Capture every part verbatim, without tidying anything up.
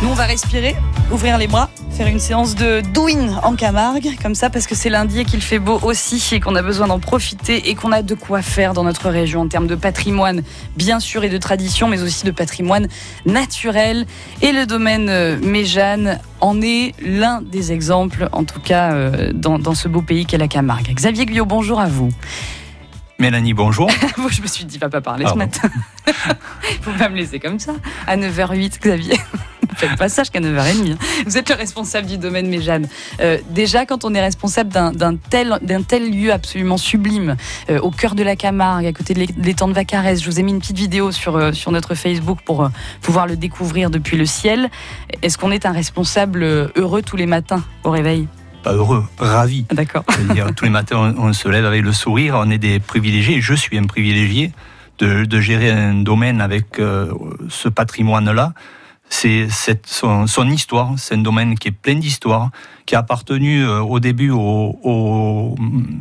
Nous, on va respirer, ouvrir les bras, faire une séance de douine en Camargue, comme ça, parce que c'est lundi et qu'il fait beau aussi et qu'on a besoin d'en profiter et qu'on a de quoi faire dans notre région en termes de patrimoine, bien sûr, et de tradition, mais aussi de patrimoine naturel. Et le domaine euh, Méjeanne en est l'un des exemples, en tout cas, euh, dans, dans ce beau pays qu'est la Camargue. Xavier Guyot, bonjour à vous. Mélanie, bonjour. Je me suis dit, va pas parler ah ce bon. matin. Il faut pas me laisser comme ça. À neuf heures huit, Xavier. Faites pas ça jusqu'à neuf heures trente. Vous êtes le responsable du domaine Méjeanne. Euh, déjà, quand on est responsable d'un, d'un, tel, d'un tel lieu absolument sublime, euh, au cœur de la Camargue, à côté de l'étang de Vaccarès, je vous ai mis une petite vidéo sur, euh, sur notre Facebook pour euh, pouvoir le découvrir depuis le ciel. Est-ce qu'on est un responsable heureux tous les matins au réveil ? Pas heureux, ravi. D'accord. C'est-à-dire, tous les matins, on, on se lève avec le sourire, on est des privilégiés. Je suis un privilégié de, de gérer un domaine avec euh, ce patrimoine-là. C'est, c'est son, son histoire. C'est un domaine qui est plein d'histoire, qui a appartenu euh, au début au, au,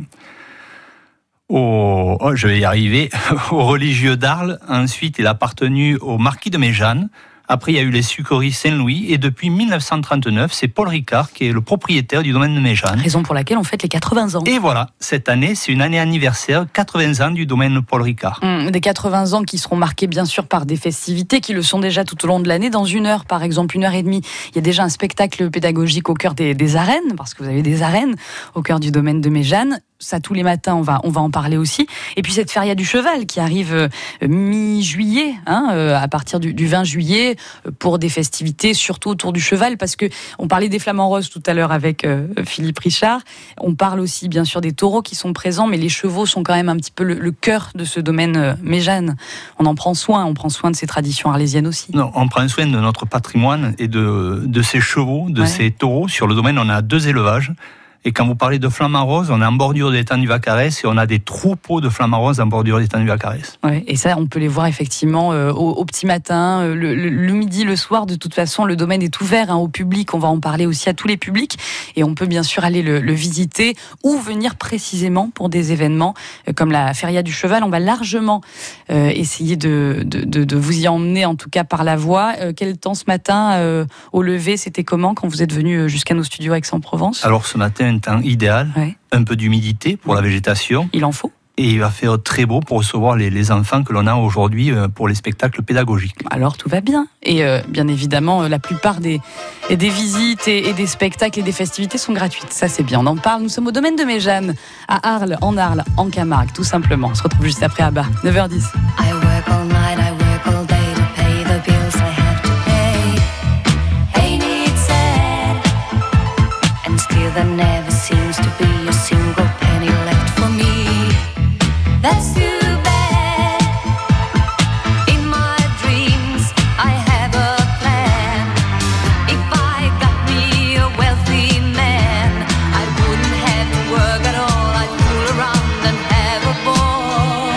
au oh, je vais y arriver, aux religieux d'Arles. Ensuite, il a appartenu au marquis de Méjeanne. Après, il y a eu les sucreries Saint-Louis. Et depuis dix-neuf cent trente-neuf, c'est Paul Ricard qui est le propriétaire du domaine de Méjeanne. Raison pour laquelle on fête les quatre-vingts ans. Et voilà, cette année, c'est une année anniversaire, quatre-vingts ans du domaine Paul Ricard. Mmh, des quatre-vingts ans qui seront marqués bien sûr par des festivités qui le sont déjà tout au long de l'année. Dans une heure, par exemple, une heure et demie, il y a déjà un spectacle pédagogique au cœur des, des arènes, parce que vous avez des arènes au cœur du domaine de Méjeanne. Ça, tous les matins, on va, on va en parler aussi. Et puis cette feria du cheval qui arrive euh, mi-juillet, hein, euh, à partir du, du vingt juillet, euh, pour des festivités, surtout autour du cheval, parce que on parlait des flamants roses tout à l'heure avec euh, Philippe Richard. On parle aussi, bien sûr, des taureaux qui sont présents, mais les chevaux sont quand même un petit peu le, le cœur de ce domaine euh, Méjeanne. On en prend soin, on prend soin de ces traditions arlésiennes aussi. Non, on prend soin de notre patrimoine et de, de ces chevaux, de ouais. ces taureaux. Sur le domaine, on a deux élevages. Et quand vous parlez de flamants roses, on est en bordure de l'étang du Vaccarès et on a des troupeaux de flamants roses en bordure de l'étang du Vaccarès. Ouais, et ça, on peut les voir effectivement euh, au, au petit matin, euh, le, le, le midi, le soir. De toute façon, le domaine est ouvert hein, au public. On va en parler aussi à tous les publics. Et on peut bien sûr aller le, le visiter ou venir précisément pour des événements euh, comme la Feria du Cheval. On va largement euh, essayer de, de, de, de vous y emmener, en tout cas par la voie. Euh, quel temps ce matin euh, au lever, c'était comment quand vous êtes venu jusqu'à nos studios à Aix-en-Provence ? Alors ce matin, un temps idéal, ouais. un peu d'humidité pour la végétation. Il en faut. Et il va faire très beau pour recevoir les, les enfants que l'on a aujourd'hui pour les spectacles pédagogiques. Alors tout va bien. Et euh, bien évidemment, la plupart des, des visites et, et des spectacles et des festivités sont gratuites. Ça c'est bien, on en parle. Nous sommes au domaine de Méjeanne, à Arles, en Arles, en Camargue, tout simplement. On se retrouve juste après à bas, neuf heures dix. I work all night, I work all day to pay the bills I have to pay. Ain't it sad? And still there never seems to be a single penny left for me. That's too bad. In my dreams, I have a plan. If I got me a wealthy man, I wouldn't have to work at all. I'd fool around and have a ball.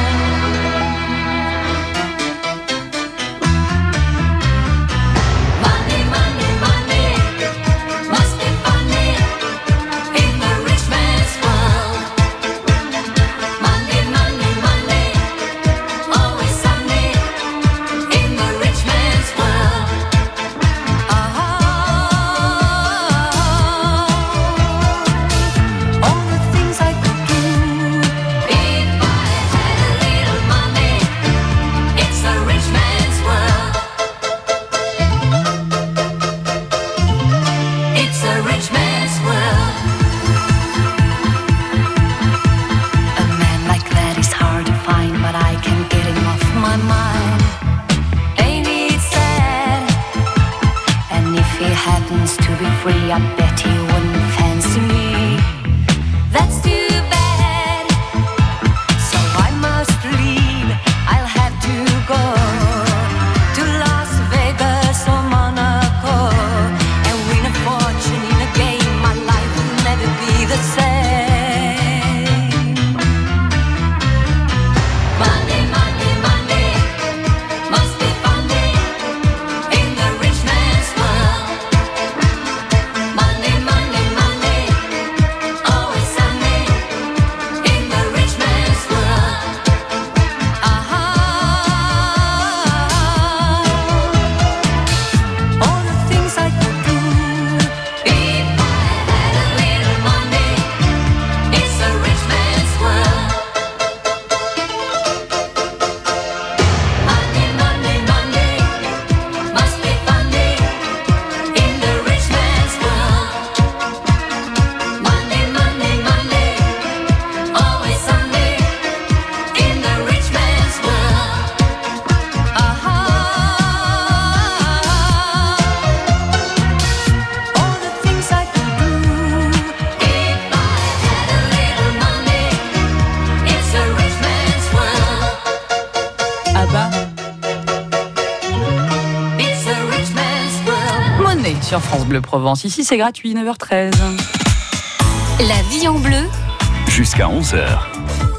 Money, money, money, must be funny in the rich man's world. Money, money, money, always sunny in the rich man's world. Ah, all the things I could do if I had a little money. It's a rich man's world. It's a rich man's world. A man like that is hard to find, but I can't get him off my mind. Ain't it sad? And if he happens to be free, I bet he wouldn't fancy me. That's too bad. So I must leave. I'll have to go to Las Vegas or Monaco and win a fortune in a game. My life will never be the same. Money, money, money, must be funny in the rich man's world. Money, money, money, always sunny sur France Bleu Provence. Ici, c'est gratuit, neuf heures treize. La vie en bleu. Jusqu'à onze heures.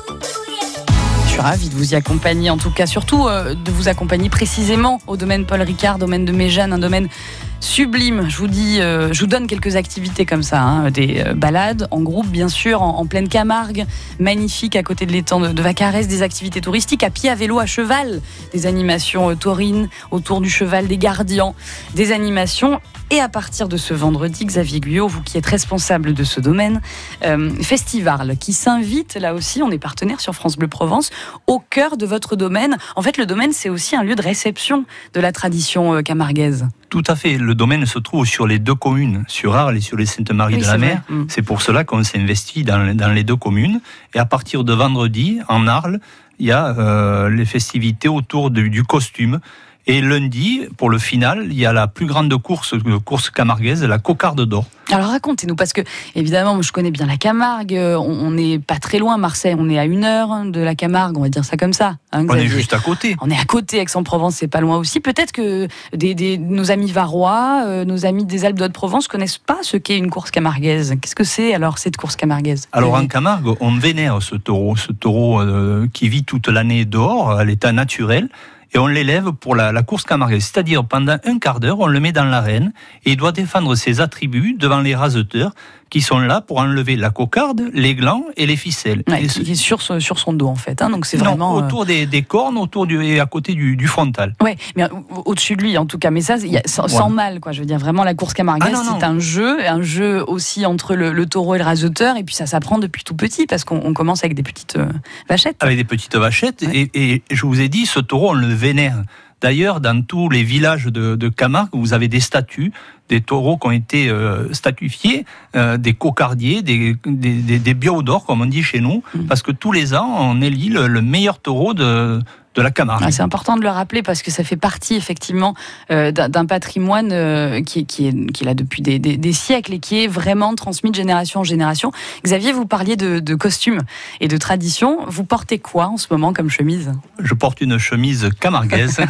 Je suis ravie de vous y accompagner, en tout cas, surtout euh, de vous accompagner précisément au domaine Paul Ricard, domaine de Méjeanne, un domaine sublime. Je vous dis, euh, je vous donne quelques activités comme ça, hein, des euh, balades en groupe, bien sûr, en, en pleine Camargue, magnifique à côté de l'étang de, de Vaccarès, des activités touristiques à pied, à vélo, à cheval, des animations euh, taurines autour du cheval des Gardians, des animations. Et à partir de ce vendredi, Xavier Guyot, vous qui êtes responsable de ce domaine, euh, Festival qui s'invite, là aussi, on est partenaire sur France Bleu Provence, au cœur de votre domaine. En fait, le domaine, c'est aussi un lieu de réception de la tradition euh, camarguaise. Tout à fait. Le domaine se trouve sur les deux communes, sur Arles et sur les Saintes-Maries-de-la-Mer. Oui, c'est pour cela qu'on s'est investi dans, dans les deux communes. Et à partir de vendredi, en Arles, il y a euh, les festivités autour de, du costume. Et lundi, pour le final, il y a la plus grande course, course camarguaise, la Cocarde d'Or. Alors racontez-nous, parce que évidemment, je connais bien la Camargue, on n'est pas très loin, Marseille, on est à une heure de la Camargue, on va dire ça comme ça. Hein, on est juste à côté. On est à côté, Aix-en-Provence, c'est pas loin aussi. Peut-être que des, des, nos amis varois, euh, nos amis des Alpes de Haute-Provence connaissent pas ce qu'est une course camarguaise. Qu'est-ce que c'est alors cette course camarguaise ? Alors en Camargue, on vénère ce taureau, ce taureau euh, qui vit toute l'année dehors, à l'état naturel. Et on l'élève pour la, la course camarguaise. C'est-à-dire, pendant un quart d'heure, on le met dans l'arène et il doit défendre ses attributs devant les raseteurs qui sont là pour enlever la cocarde, les glands et les ficelles. Ouais, et qui ce... est sur, sur son dos, en fait. Hein, donc c'est non, vraiment... autour des, des cornes, autour du, et à côté du, du frontal. Oui, mais au-dessus de lui, en tout cas. Mais ça, y a, sans, voilà. sans mal, quoi. Je veux dire, vraiment, la course camarguaise, ah, non, c'est non. un jeu, un jeu aussi entre le, le taureau et le raseteur. Et puis ça s'apprend depuis tout petit, parce qu'on on commence avec des petites euh, vachettes. Avec des petites vachettes. Ouais. Et, et je vous ai dit, ce taureau, on le vénère. D'ailleurs, dans tous les villages de, de Camargue, vous avez des statues, des taureaux qui ont été euh, statuifiés, euh, des cocardiers, des, des, des, des biodors, comme on dit chez nous, mmh. parce que tous les ans, on élit le, le meilleur taureau de, de la Camargue. Ah, c'est important de le rappeler parce que ça fait partie effectivement euh, d'un, d'un patrimoine euh, qui, qui, est, qui est là depuis des, des, des siècles et qui est vraiment transmis de génération en génération. Xavier, vous parliez de, de costumes et de tradition. Vous portez quoi en ce moment comme chemise ? Je porte une chemise camarguaise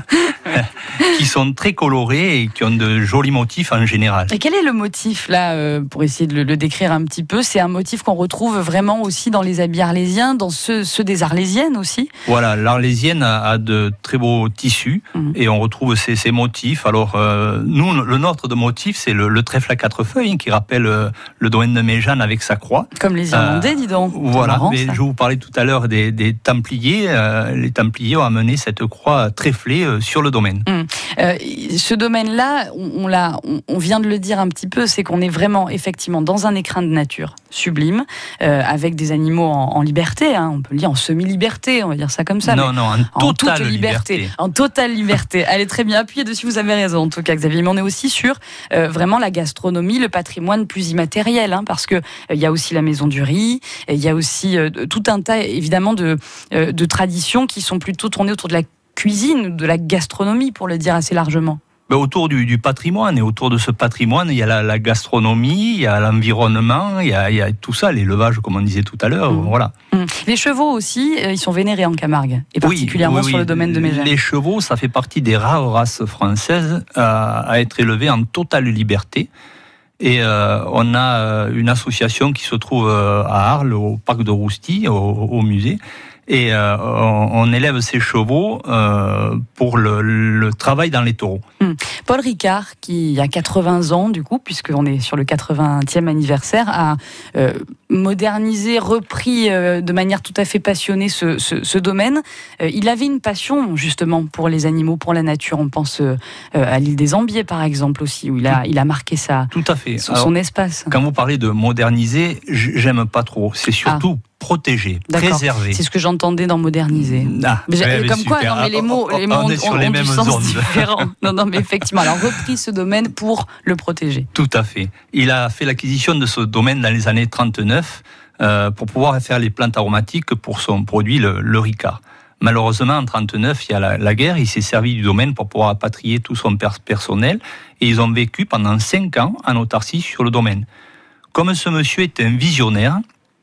qui sont très colorées et qui ont de jolis motifs en général. Et quel est le motif là, euh, pour essayer de le, le décrire un petit peu ? C'est un motif qu'on retrouve vraiment aussi dans les habits arlésiens, dans ceux, ceux des arlésiennes aussi ? Voilà, l'arlésienne a, a de très beaux tissus mmh. et on retrouve ces, ces motifs. Alors euh, nous, le nôtre de motif, c'est le, le trèfle à quatre feuilles hein, qui rappelle euh, le domaine de Méjeanne avec sa croix. Comme les Irlandais, euh, dis donc. Voilà, marrant, mais ça. je vous parlais tout à l'heure des, des Templiers. Euh, les Templiers ont amené cette croix trèflée euh, sur le domaine. Mmh. Euh, ce domaine-là, on, on, l'a, on, on vient de le dire un petit peu, c'est qu'on est vraiment effectivement dans un écrin de nature sublime, euh, avec des animaux en, en liberté, hein, on peut le dire en semi-liberté, on va dire ça comme ça. Non, non, en, en totale toute liberté. liberté. En totale liberté. Allez, très bien, appuyez dessus, vous avez raison en tout cas Xavier, mais on est aussi sur euh, vraiment la gastronomie, le patrimoine plus immatériel, hein, parce que il euh, y a aussi la maison du riz, il y a aussi euh, tout un tas évidemment de, euh, de traditions qui sont plutôt tournées autour de la cuisine, de la gastronomie pour le dire assez largement. Ben, autour du, du patrimoine, et autour de ce patrimoine, il y a la, la gastronomie, il y a l'environnement, il y a, il y a tout ça, l'élevage, comme on disait tout à l'heure. Mmh. Voilà. Mmh. Les chevaux aussi, euh, ils sont vénérés en Camargue, et particulièrement oui, oui, oui. sur le domaine de Méjeanne. Les chevaux, ça fait partie des rares races françaises à, à être élevées en totale liberté. Et euh, on a une association qui se trouve à Arles, au parc de Rousty, au, au musée. Et euh, on, on élève ces chevaux euh, pour le, le travail dans les taureaux. Mmh. Paul Ricard, qui a quatre-vingts ans du coup, puisqu'on est sur le quatre-vingtième anniversaire, a euh, modernisé, repris euh, de manière tout à fait passionnée ce, ce, ce domaine. Euh, il avait une passion justement pour les animaux, pour la nature. On pense euh, à l'île des Ambiers par exemple aussi, où il a, il a marqué ça, tout à fait. son, Alors, son espace. Quand vous parlez de moderniser, j'aime pas trop. C'est surtout... Ah. Protéger, D'accord. préserver. C'est ce que j'entendais dans moderniser. Ah, ouais, Comme quoi, super. non, mais les mots, les mots on, on est sur ont, les ont mêmes du sens ondes. différent. Non, non, mais effectivement, alors repris ce domaine pour le protéger. Tout à fait. Il a fait l'acquisition de ce domaine dans les années trente-neuf euh, pour pouvoir faire les plantes aromatiques pour son produit, le, le Ricard. Malheureusement, en trente-neuf, il y a la, la guerre. Il s'est servi du domaine pour pouvoir rapatrier tout son personnel et ils ont vécu pendant cinq ans en autarcie sur le domaine. Comme ce monsieur est un visionnaire,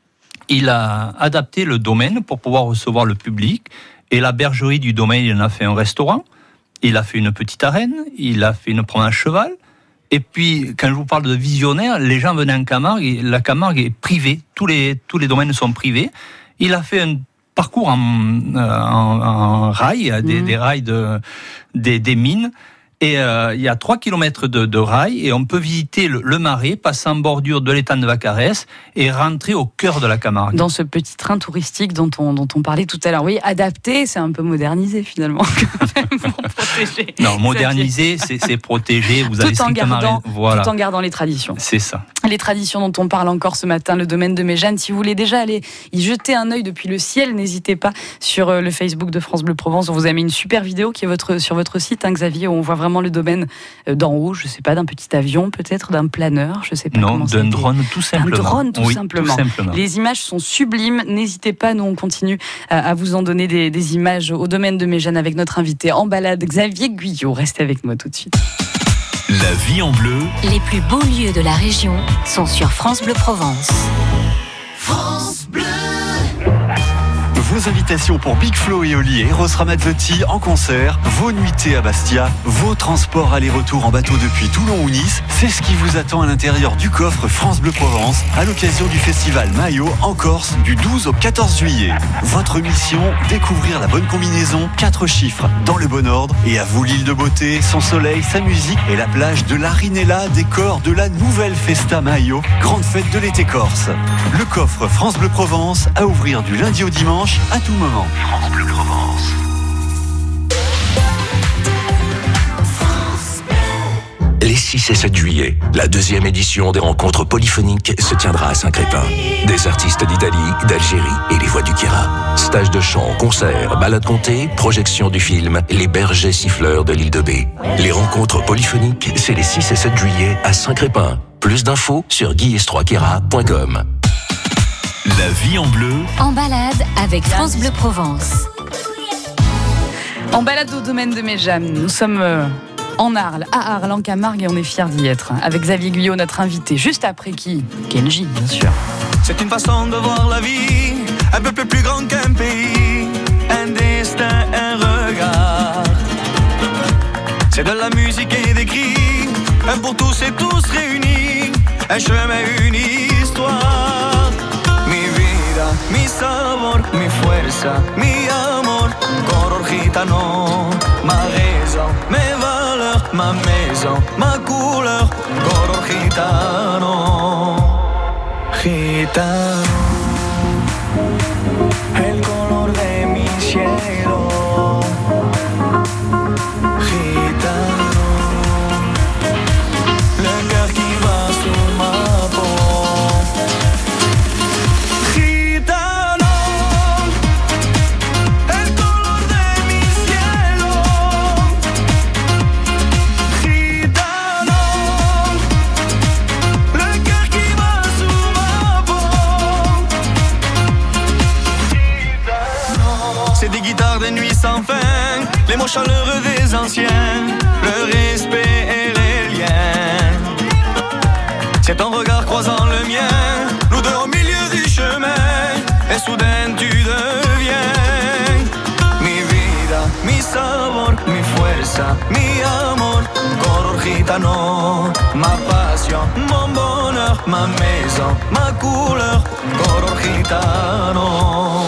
il a adapté le domaine pour pouvoir recevoir le public. Et la bergerie du domaine, il en a fait un restaurant. Il a fait une petite arène. Il a fait une promenade à cheval. Et puis, quand je vous parle de visionnaire, les gens venaient en Camargue, et la Camargue est privée, tous les, tous les domaines sont privés. Il a fait un parcours en, en, en rail, des, mmh. des rails de, des, des mines. Et euh, il y a trois kilomètres de, de rail et on peut visiter le, le Marais, passer en bordure de l'étang de Vaccarès et rentrer au cœur de la Camargue. Dans ce petit train touristique dont on, dont on parlait tout à l'heure. Oui, adapté, c'est un peu modernisé finalement. Quand même, pour protéger. Non, modernisé, c'est, c'est protégé. Vous tout, avez en gardant, voilà. tout en gardant les traditions. C'est ça. Les traditions dont on parle encore ce matin, le domaine de Méjeanne. Si vous voulez déjà aller y jeter un œil depuis le ciel, n'hésitez pas sur le Facebook de France Bleu Provence. On vous a mis une super vidéo qui est votre, sur votre site, hein, Xavier, où on voit vraiment le domaine d'en haut, je ne sais pas, d'un petit avion, peut-être d'un planeur, je ne sais pas. Non, comment d'un drone, tout simplement. Un drone, tout, oui, simplement. tout simplement. Les images sont sublimes. N'hésitez pas, nous on continue à vous en donner des, des images au domaine de Méjeanne avec notre invité en balade, Xavier Guyot. Restez avec moi tout de suite. La vie en bleu. Les plus beaux lieux de la région sont sur France Bleu Provence. France Bleu. Vos invitations pour Big Flo et Oli et Eros Ramazzotti en concert, vos nuitées à Bastia, vos transports aller-retour en bateau depuis Toulon ou Nice, c'est ce qui vous attend à l'intérieur du coffre France Bleu Provence à l'occasion du festival Maillot en Corse du douze au quatorze juillet. Votre mission, découvrir la bonne combinaison, quatre chiffres dans le bon ordre et à vous l'île de beauté, son soleil, sa musique et la plage de l'Arinella, décor de la nouvelle Festa Maillot, grande fête de l'été corse. Le coffre France Bleu Provence à ouvrir du lundi au dimanche à tout moment. France Bleu Provence. Les six et sept juillet, la deuxième édition des rencontres polyphoniques se tiendra à Saint-Crépin. Des artistes d'Italie, d'Algérie et les voix du Kira. Stages de chant, concerts, balades comptées, projection du film Les bergers siffleurs de l'île de Bé. Les rencontres polyphoniques, c'est les six et sept juillet à Saint-Crépin. Plus d'infos sur guy estroy kira point com. La vie en bleu. En balade avec France Bleu Provence. En balade au domaine de Méjeanne, nous sommes euh, en Arles, à Arles, en Camargue, et on est fiers d'y être. Avec Xavier Guyot, notre invité. Juste après qui Kenji, bien sûr. C'est une façon de voir la vie, un peu plus grand qu'un pays, un destin, un regard. C'est de la musique et des cris, un pour tous et tous réunis, un chemin, une histoire. Mi vida, mi sabor, mi fuerza, mi amor, color gitano, ma raison, mes valeurs, ma maison, ma couleur, color gitano, gitano, el color de mi cielo, gitano, le cœur qui va sur ma peau. Sans fin, les mots chaleureux des anciens, le respect et les liens. C'est ton regard croisant le mien, nous deux au milieu du chemin, et soudain tu deviens mi vida, mi sabor, mi fuerza, mi amor, color gitano, ma passion, mon bonheur, ma maison, ma couleur, color gitano.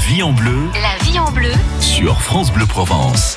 vie en bleu La vie en bleu sur France Bleu Provence.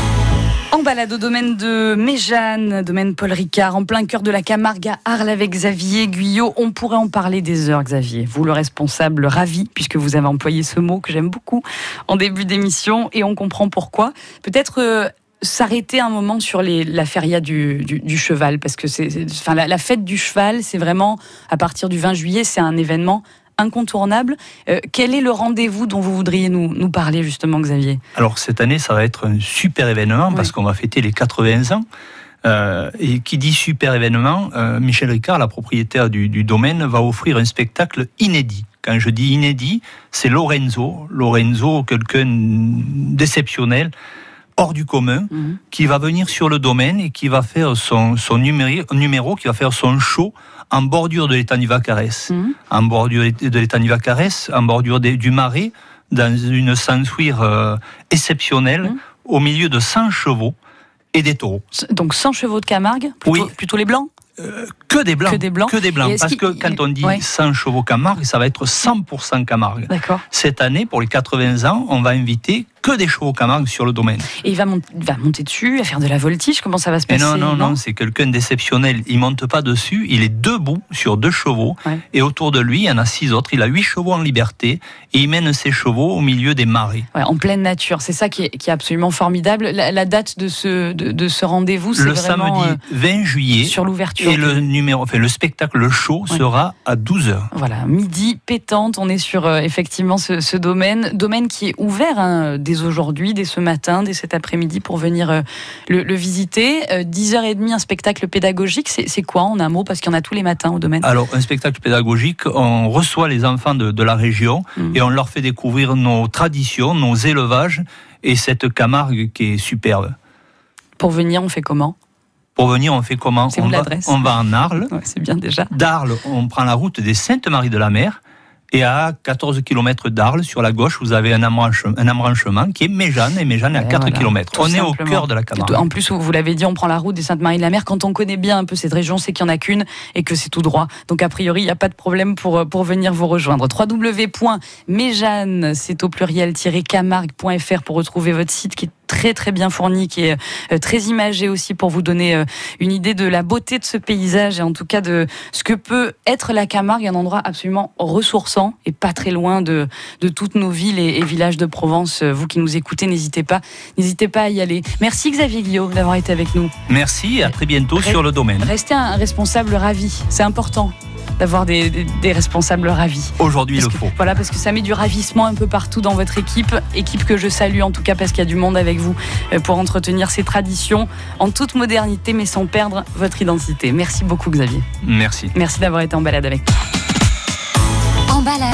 En balade au domaine de Méjeanne, domaine Paul Ricard, en plein cœur de la Camargue à Arles avec Xavier Guyot. On pourrait en parler des heures, Xavier. Vous, le responsable ravi, puisque vous avez employé ce mot que j'aime beaucoup en début d'émission, et on comprend pourquoi. Peut-être euh, s'arrêter un moment sur les, la feria du, du, du cheval, parce que c'est, c'est, enfin, la, la fête du cheval, c'est vraiment, à partir du vingt juillet, c'est un événement incontournable. Euh, quel est le rendez-vous dont vous voudriez nous, nous parler justement, Xavier ? Alors cette année, ça va être un super événement, oui, parce qu'on va fêter les quatre-vingts ans. Euh, et qui dit super événement, euh, Michel Ricard, la propriétaire du, du domaine, va offrir un spectacle inédit. Quand je dis inédit, c'est Lorenzo. Lorenzo, quelqu'un d'exceptionnel, hors du commun, mmh. qui va venir sur le domaine et qui va faire son, son numéro, numéro, qui va faire son show en bordure de l'étang du Vacarès, mmh. en bordure de l'étang du Vacarès, en bordure de, du Marais, dans une sensuire euh, exceptionnelle, mmh. au milieu de cent chevaux et des taureaux. Donc cent chevaux de Camargue, plutôt, oui. plutôt les blancs ? Euh, que des blancs, que des blancs, que des blancs. Parce que quand on dit ouais. cent chevaux Camargue, ça va être cent pour cent Camargue. D'accord. Cette année, pour les quatre-vingts ans, on va inviter que des chevaux Camargue sur le domaine. Et il va, monter, il va monter dessus, à faire de la voltige, comment ça va se passer ? Et non, non, non, non, c'est quelqu'un d'exceptionnel. Il monte pas dessus, il est debout sur deux chevaux, ouais. et autour de lui, il y en a six autres. Il a huit chevaux en liberté, et il mène ses chevaux au milieu des marais. Ouais, en pleine nature, c'est ça qui est, qui est absolument formidable. La, la date de ce, de, de ce rendez-vous, c'est le vraiment... samedi vingt juillet. Sur l'ouverture. Et le numéro, enfin, le spectacle, le show, ouais. sera à douze heures. Voilà, midi pétante, on est sur euh, effectivement ce, ce domaine, domaine qui est ouvert hein, dès aujourd'hui, dès ce matin, dès cet après-midi pour venir euh, le, le visiter. Euh, dix heures trente, un spectacle pédagogique, c'est, c'est quoi en un mot ? Parce qu'il y en a tous les matins au domaine. Alors, un spectacle pédagogique, on reçoit les enfants de, de la région mmh. et on leur fait découvrir nos traditions, nos élevages et cette Camargue qui est superbe. Pour venir, on fait comment ? Pour venir, on fait comment ? C'est on où va, l'adresse ? On va en Arles. Ouais, c'est bien déjà. D'Arles, on prend la route des Saintes-Maries-de-la-Mer. Et à quatorze kilomètres d'Arles, sur la gauche, vous avez un embranchement, un embranchement qui est Méjeanne, et Méjeanne est à quatre kilomètres. On est au cœur de la Camargue. En plus, vous l'avez dit, on prend la route des Saintes-Maries-de-la-Mer. Quand on connaît bien un peu cette région, c'est qu'il n'y en a qu'une et que c'est tout droit. Donc, a priori, il n'y a pas de problème pour, pour venir vous rejoindre. w w w point méjeanne, c'est au pluriel-camargue point f r pour retrouver votre site qui est très très bien fourni, qui est euh, très imagé aussi pour vous donner euh, une idée de la beauté de ce paysage et en tout cas de ce que peut être la Camargue, un endroit absolument ressourçant et pas très loin de, de toutes nos villes et, et villages de Provence. Vous qui nous écoutez, n'hésitez pas, n'hésitez pas à y aller. Merci Xavier Guyot d'avoir été avec nous. Merci, à très bientôt Rest, sur le domaine. Restez un responsable ravi, c'est important d'avoir des, des, des responsables ravis. Aujourd'hui, il le que, faut. Voilà, parce que ça met du ravissement un peu partout dans votre équipe, équipe que je salue en tout cas parce qu'il y a du monde avec vous pour entretenir ces traditions en toute modernité mais sans perdre votre identité. Merci beaucoup Xavier. Merci. Merci d'avoir été en balade avec nous. En balade.